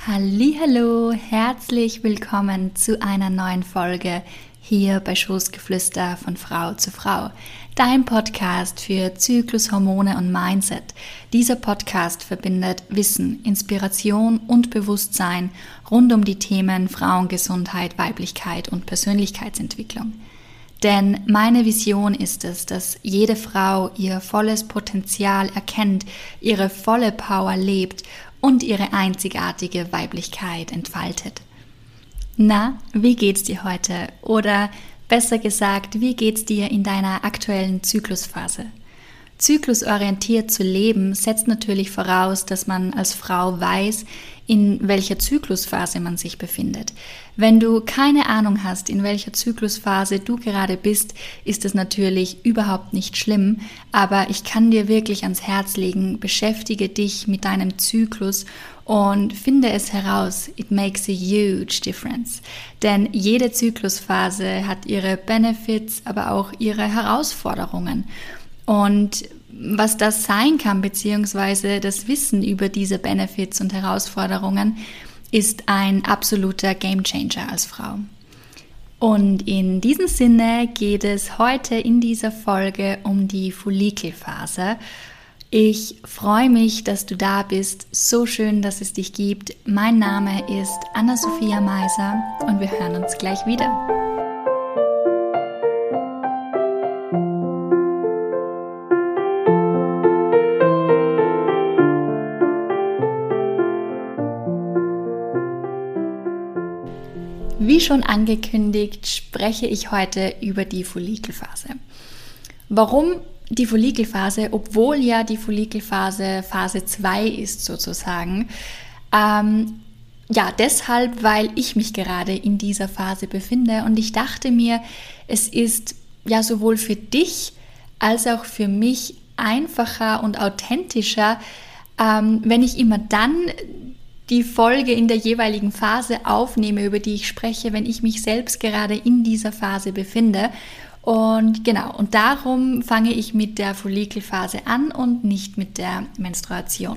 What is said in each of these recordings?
Hallihallo, herzlich willkommen zu einer neuen Folge hier bei Schoßgeflüster von Frau zu Frau, dein Podcast für Zyklus, Hormone und Mindset. Dieser Podcast verbindet Wissen, Inspiration und Bewusstsein rund um die Themen Frauengesundheit, Weiblichkeit und Persönlichkeitsentwicklung. Denn meine Vision ist es, dass jede Frau ihr volles Potenzial erkennt, ihre volle Power lebt und ihre einzigartige Weiblichkeit entfaltet. Na, wie geht's dir heute? Oder besser gesagt, wie geht's dir in deiner aktuellen Zyklusphase? Zyklusorientiert zu leben setzt natürlich voraus, dass man als Frau weiß, in welcher Zyklusphase man sich befindet. Wenn du keine Ahnung hast, in welcher Zyklusphase du gerade bist, ist es natürlich überhaupt nicht schlimm, aber ich kann dir wirklich ans Herz legen, beschäftige dich mit deinem Zyklus und finde es heraus. It makes a huge difference. Denn jede Zyklusphase hat ihre Benefits, aber auch ihre Herausforderungen. Und was das sein kann, beziehungsweise das Wissen über diese Benefits und Herausforderungen, ist ein absoluter Gamechanger als Frau. Und in diesem Sinne geht es heute in dieser Folge um die Follikelphase. Ich freue mich, dass du da bist. So schön, dass es dich gibt. Mein Name ist Anna-Sophia Meiser und wir hören uns gleich wieder. Wie schon angekündigt, spreche ich heute über die Follikelphase. Warum die Follikelphase, obwohl ja die Follikelphase Phase 2 ist sozusagen? Deshalb, weil ich mich gerade in dieser Phase befinde und ich dachte mir, es ist ja sowohl für dich als auch für mich einfacher und authentischer, wenn ich immer dann die Folge in der jeweiligen Phase aufnehme, über die ich spreche, wenn ich mich selbst gerade in dieser Phase befinde. Und darum fange ich mit der Follikelphase an und nicht mit der Menstruation.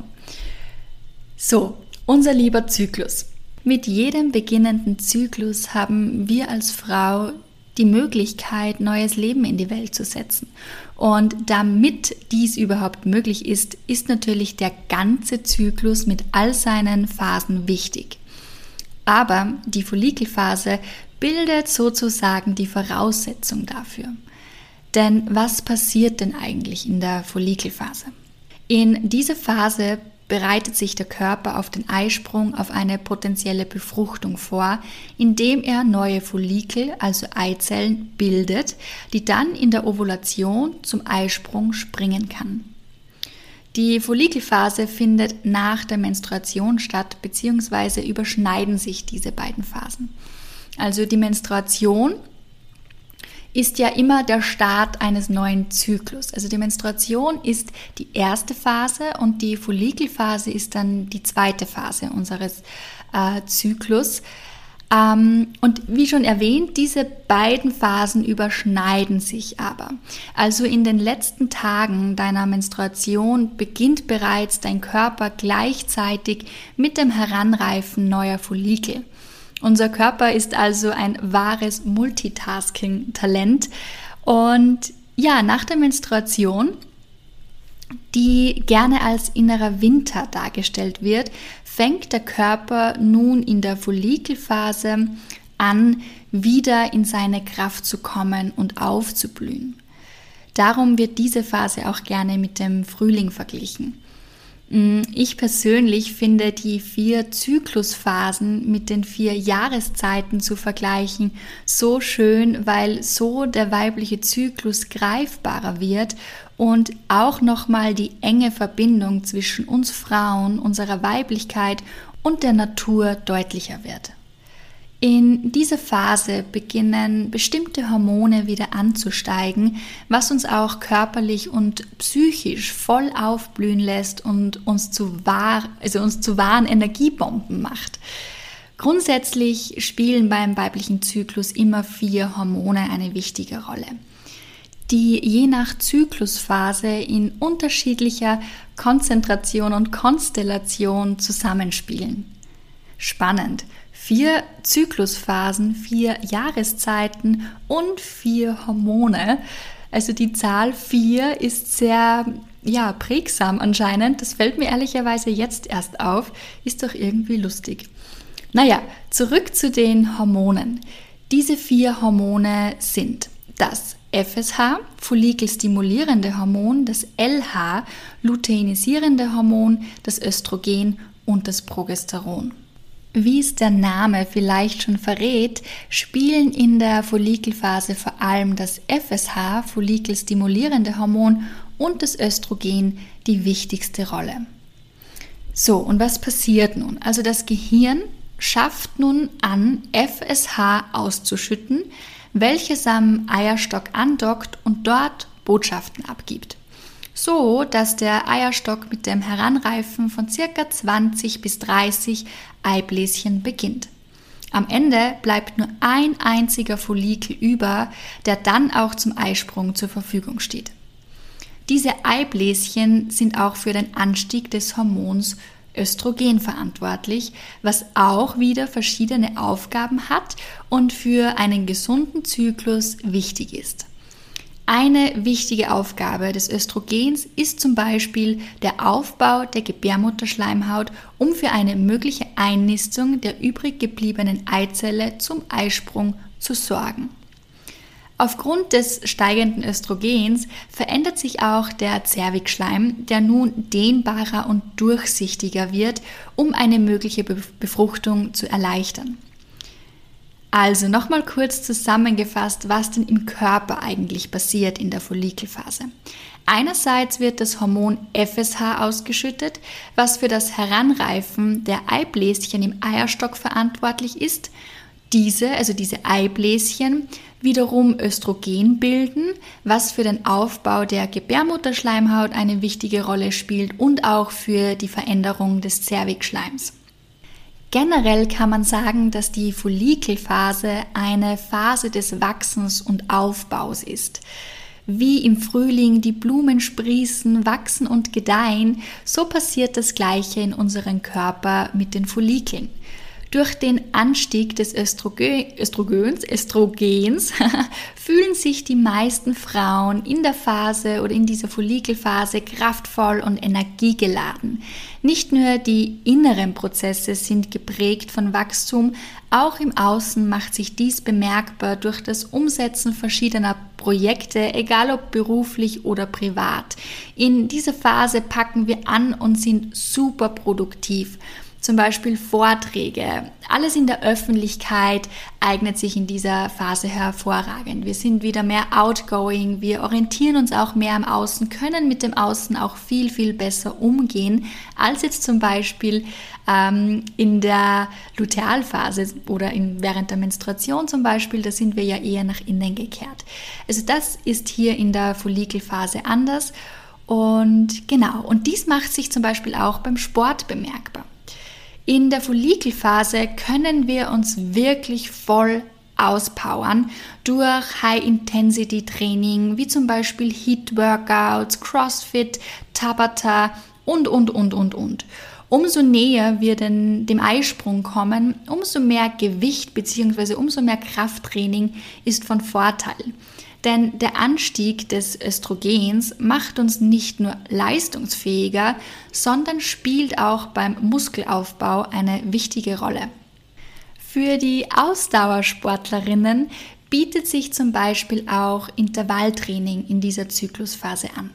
So, unser lieber Zyklus. Mit jedem beginnenden Zyklus haben wir als Frau die Möglichkeit, neues Leben in die Welt zu setzen. Und damit dies überhaupt möglich ist, ist natürlich der ganze Zyklus mit all seinen Phasen wichtig. Aber die Follikelphase bildet sozusagen die Voraussetzung dafür. Denn was passiert denn eigentlich in der Follikelphase? In dieser Phase bereitet sich der Körper auf den Eisprung, auf eine potenzielle Befruchtung vor, indem er neue Follikel, also Eizellen, bildet, die dann in der Ovulation zum Eisprung springen kann. Die Follikelphase findet nach der Menstruation statt, beziehungsweise überschneiden sich diese beiden Phasen. Also die Menstruation ist ja immer der Start eines neuen Zyklus. Also die Menstruation ist die erste Phase und die Follikelphase ist dann die zweite Phase unseres Zyklus. Und wie schon erwähnt, diese beiden Phasen überschneiden sich aber. Also in den letzten Tagen deiner Menstruation beginnt bereits dein Körper gleichzeitig mit dem Heranreifen neuer Follikel. Unser Körper ist also ein wahres Multitasking-Talent und ja, nach der Menstruation, die gerne als innerer Winter dargestellt wird, fängt der Körper nun in der Follikelphase an, wieder in seine Kraft zu kommen und aufzublühen. Darum wird diese Phase auch gerne mit dem Frühling verglichen. Ich persönlich finde die 4 Zyklusphasen mit den 4 Jahreszeiten zu vergleichen so schön, weil so der weibliche Zyklus greifbarer wird und auch nochmal die enge Verbindung zwischen uns Frauen, unserer Weiblichkeit und der Natur deutlicher wird. In dieser Phase beginnen bestimmte Hormone wieder anzusteigen, was uns auch körperlich und psychisch voll aufblühen lässt und uns zu wahren Energiebomben macht. Grundsätzlich spielen beim weiblichen Zyklus immer 4 Hormone eine wichtige Rolle, die je nach Zyklusphase in unterschiedlicher Konzentration und Konstellation zusammenspielen. Spannend. 4 Zyklusphasen, 4 Jahreszeiten und 4 Hormone. Also die Zahl 4 ist sehr prägsam anscheinend. Das fällt mir ehrlicherweise jetzt erst auf. Ist doch irgendwie lustig. Naja, zurück zu den Hormonen. Diese 4 Hormone sind das FSH, follikelstimulierende Hormon, das LH, luteinisierende Hormon, das Östrogen und das Progesteron. Wie es der Name vielleicht schon verrät, spielen in der Follikelphase vor allem das FSH, follikelstimulierende Hormon, und das Östrogen die wichtigste Rolle. So, und was passiert nun? Also das Gehirn schafft nun an, FSH auszuschütten, welches am Eierstock andockt und dort Botschaften abgibt. So, dass der Eierstock mit dem Heranreifen von ca. 20 bis 30 Eibläschen beginnt. Am Ende bleibt nur ein einziger Follikel über, der dann auch zum Eisprung zur Verfügung steht. Diese Eibläschen sind auch für den Anstieg des Hormons Östrogen verantwortlich, was auch wieder verschiedene Aufgaben hat und für einen gesunden Zyklus wichtig ist. Eine wichtige Aufgabe des Östrogens ist zum Beispiel der Aufbau der Gebärmutterschleimhaut, um für eine mögliche Einnistung der übrig gebliebenen Eizelle zum Eisprung zu sorgen. Aufgrund des steigenden Östrogens verändert sich auch der Zervixschleim, der nun dehnbarer und durchsichtiger wird, um eine mögliche Befruchtung zu erleichtern. Also nochmal kurz zusammengefasst, was denn im Körper eigentlich passiert in der Follikelphase. Einerseits wird das Hormon FSH ausgeschüttet, was für das Heranreifen der Eibläschen im Eierstock verantwortlich ist. Diese Eibläschen, wiederum Östrogen bilden, was für den Aufbau der Gebärmutterschleimhaut eine wichtige Rolle spielt und auch für die Veränderung des Zervixschleims. Generell kann man sagen, dass die Follikelphase eine Phase des Wachsens und Aufbaus ist. Wie im Frühling die Blumen sprießen, wachsen und gedeihen, so passiert das Gleiche in unserem Körper mit den Follikeln. Durch den Anstieg des Östrogens fühlen sich die meisten Frauen in der Phase oder in dieser Follikelphase kraftvoll und energiegeladen. Nicht nur die inneren Prozesse sind geprägt von Wachstum, auch im Außen macht sich dies bemerkbar durch das Umsetzen verschiedener Projekte, egal ob beruflich oder privat. In dieser Phase packen wir an und sind super produktiv. Zum Beispiel Vorträge, alles in der Öffentlichkeit eignet sich in dieser Phase hervorragend. Wir sind wieder mehr outgoing, wir orientieren uns auch mehr am Außen, können mit dem Außen auch viel, viel besser umgehen, als jetzt zum Beispiel in der Lutealphase oder während der Menstruation zum Beispiel, da sind wir ja eher nach innen gekehrt. Also das ist hier in der Follikelphase anders und genau, und dies macht sich zum Beispiel auch beim Sport bemerkbar. In der Follikelphase können wir uns wirklich voll auspowern durch High-Intensity-Training, wie zum Beispiel Heat-Workouts, Crossfit, Tabata und. Umso näher wir dem Eisprung kommen, umso mehr Gewicht bzw. umso mehr Krafttraining ist von Vorteil. Denn der Anstieg des Östrogens macht uns nicht nur leistungsfähiger, sondern spielt auch beim Muskelaufbau eine wichtige Rolle. Für die Ausdauersportlerinnen bietet sich zum Beispiel auch Intervalltraining in dieser Zyklusphase an.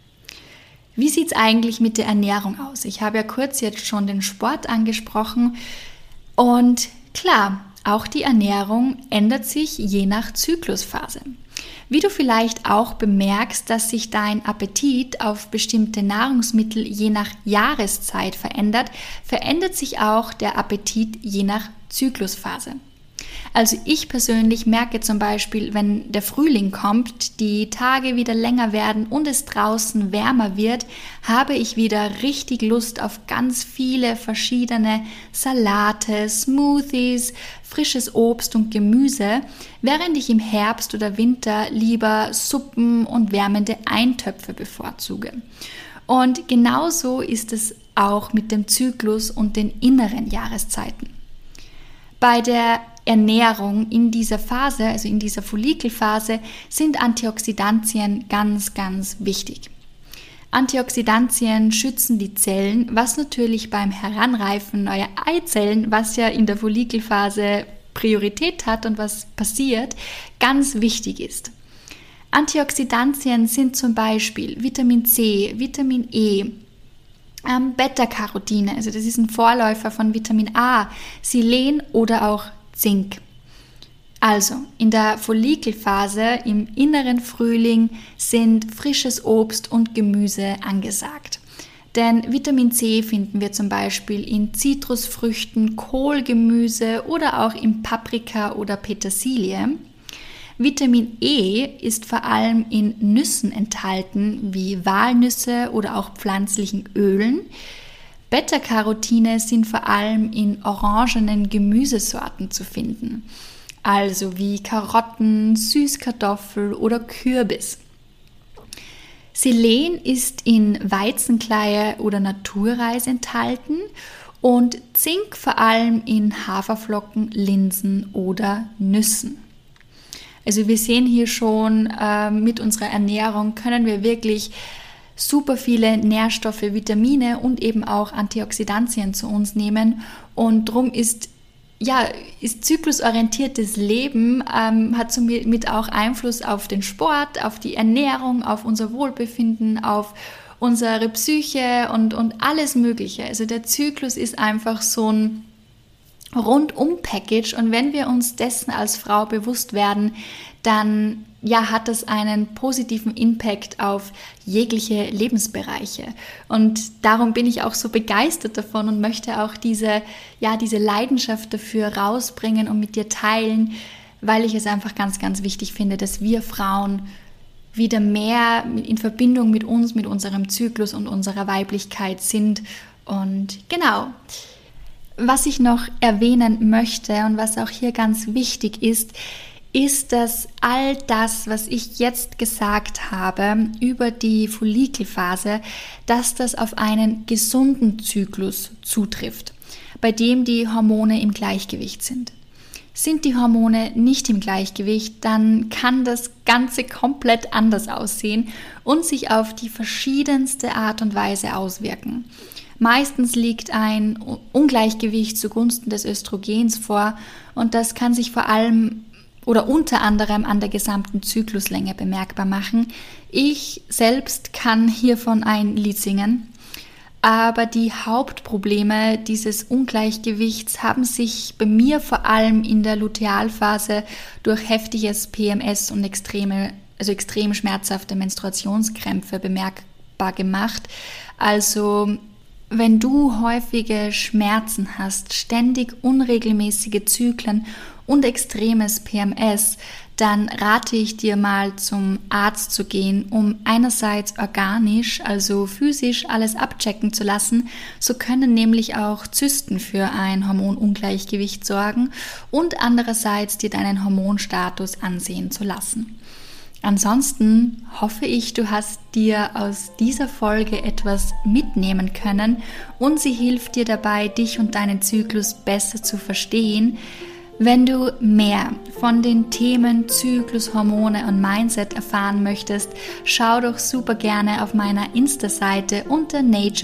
Wie sieht es eigentlich mit der Ernährung aus? Ich habe ja kurz jetzt schon den Sport angesprochen und klar, auch die Ernährung ändert sich je nach Zyklusphase. Wie du vielleicht auch bemerkst, dass sich dein Appetit auf bestimmte Nahrungsmittel je nach Jahreszeit verändert, verändert sich auch der Appetit je nach Zyklusphase. Also ich persönlich merke zum Beispiel, wenn der Frühling kommt, die Tage wieder länger werden und es draußen wärmer wird, habe ich wieder richtig Lust auf ganz viele verschiedene Salate, Smoothies, frisches Obst und Gemüse, während ich im Herbst oder Winter lieber Suppen und wärmende Eintöpfe bevorzuge. Und genauso ist es auch mit dem Zyklus und den inneren Jahreszeiten. Bei der Ernährung in dieser Phase, also in dieser Follikelphase, sind Antioxidantien ganz, ganz wichtig. Antioxidantien schützen die Zellen, was natürlich beim Heranreifen neuer Eizellen, was ja in der Follikelphase Priorität hat und was passiert, ganz wichtig ist. Antioxidantien sind zum Beispiel Vitamin C, Vitamin E, Beta-Carotine, also das ist ein Vorläufer von Vitamin A, Selen oder auch Zink. Also in der Follikelphase im inneren Frühling sind frisches Obst und Gemüse angesagt. Denn Vitamin C finden wir zum Beispiel in Zitrusfrüchten, Kohlgemüse oder auch in Paprika oder Petersilie. Vitamin E ist vor allem in Nüssen enthalten, wie Walnüsse oder auch pflanzlichen Ölen. Beta-Carotine sind vor allem in orangenen Gemüsesorten zu finden, also wie Karotten, Süßkartoffel oder Kürbis. Selen ist in Weizenkleie oder Naturreis enthalten und Zink vor allem in Haferflocken, Linsen oder Nüssen. Also wir sehen hier schon, mit unserer Ernährung können wir wirklich super viele Nährstoffe, Vitamine und eben auch Antioxidantien zu uns nehmen. Und darum ist zyklusorientiertes Leben, hat somit auch Einfluss auf den Sport, auf die Ernährung, auf unser Wohlbefinden, auf unsere Psyche und alles Mögliche. Also der Zyklus ist einfach so ein Rundum-Package und wenn wir uns dessen als Frau bewusst werden, dann hat das einen positiven Impact auf jegliche Lebensbereiche. Und darum bin ich auch so begeistert davon und möchte auch diese Leidenschaft dafür rausbringen und mit dir teilen, weil ich es einfach ganz, ganz wichtig finde, dass wir Frauen wieder mehr in Verbindung mit uns, mit unserem Zyklus und unserer Weiblichkeit sind. Und genau. Was ich noch erwähnen möchte und was auch hier ganz wichtig ist, dass all das, was ich jetzt gesagt habe über die Follikelphase, dass das auf einen gesunden Zyklus zutrifft, bei dem die Hormone im Gleichgewicht sind. Sind die Hormone nicht im Gleichgewicht, dann kann das Ganze komplett anders aussehen und sich auf die verschiedenste Art und Weise auswirken. Meistens liegt ein Ungleichgewicht zugunsten des Östrogens vor und das kann sich vor allem oder unter anderem an der gesamten Zykluslänge bemerkbar machen. Ich selbst kann hiervon ein Lied singen, aber die Hauptprobleme dieses Ungleichgewichts haben sich bei mir vor allem in der Lutealphase durch heftiges PMS und extrem schmerzhafte Menstruationskrämpfe bemerkbar gemacht. Also wenn du häufige Schmerzen hast, ständig unregelmäßige Zyklen und extremes PMS, dann rate ich dir mal zum Arzt zu gehen, um einerseits organisch, also physisch alles abchecken zu lassen. So können nämlich auch Zysten für ein Hormonungleichgewicht sorgen und andererseits dir deinen Hormonstatus ansehen zu lassen. Ansonsten hoffe ich, du hast dir aus dieser Folge etwas mitnehmen können und sie hilft dir dabei, dich und deinen Zyklus besser zu verstehen. Wenn du mehr von den Themen Zyklus, Hormone und Mindset erfahren möchtest, schau doch super gerne auf meiner Insta-Seite unter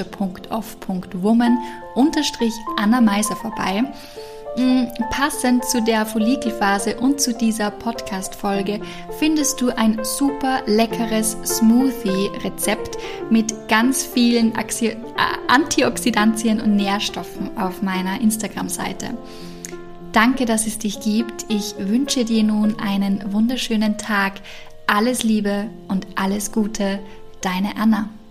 nature.of.woman_Anna Meiser vorbei. Passend zu der Follikelphase und zu dieser Podcast-Folge findest du ein super leckeres Smoothie-Rezept mit ganz vielen Antioxidantien und Nährstoffen auf meiner Instagram-Seite. Danke, dass es dich gibt. Ich wünsche dir nun einen wunderschönen Tag. Alles Liebe und alles Gute, deine Anna.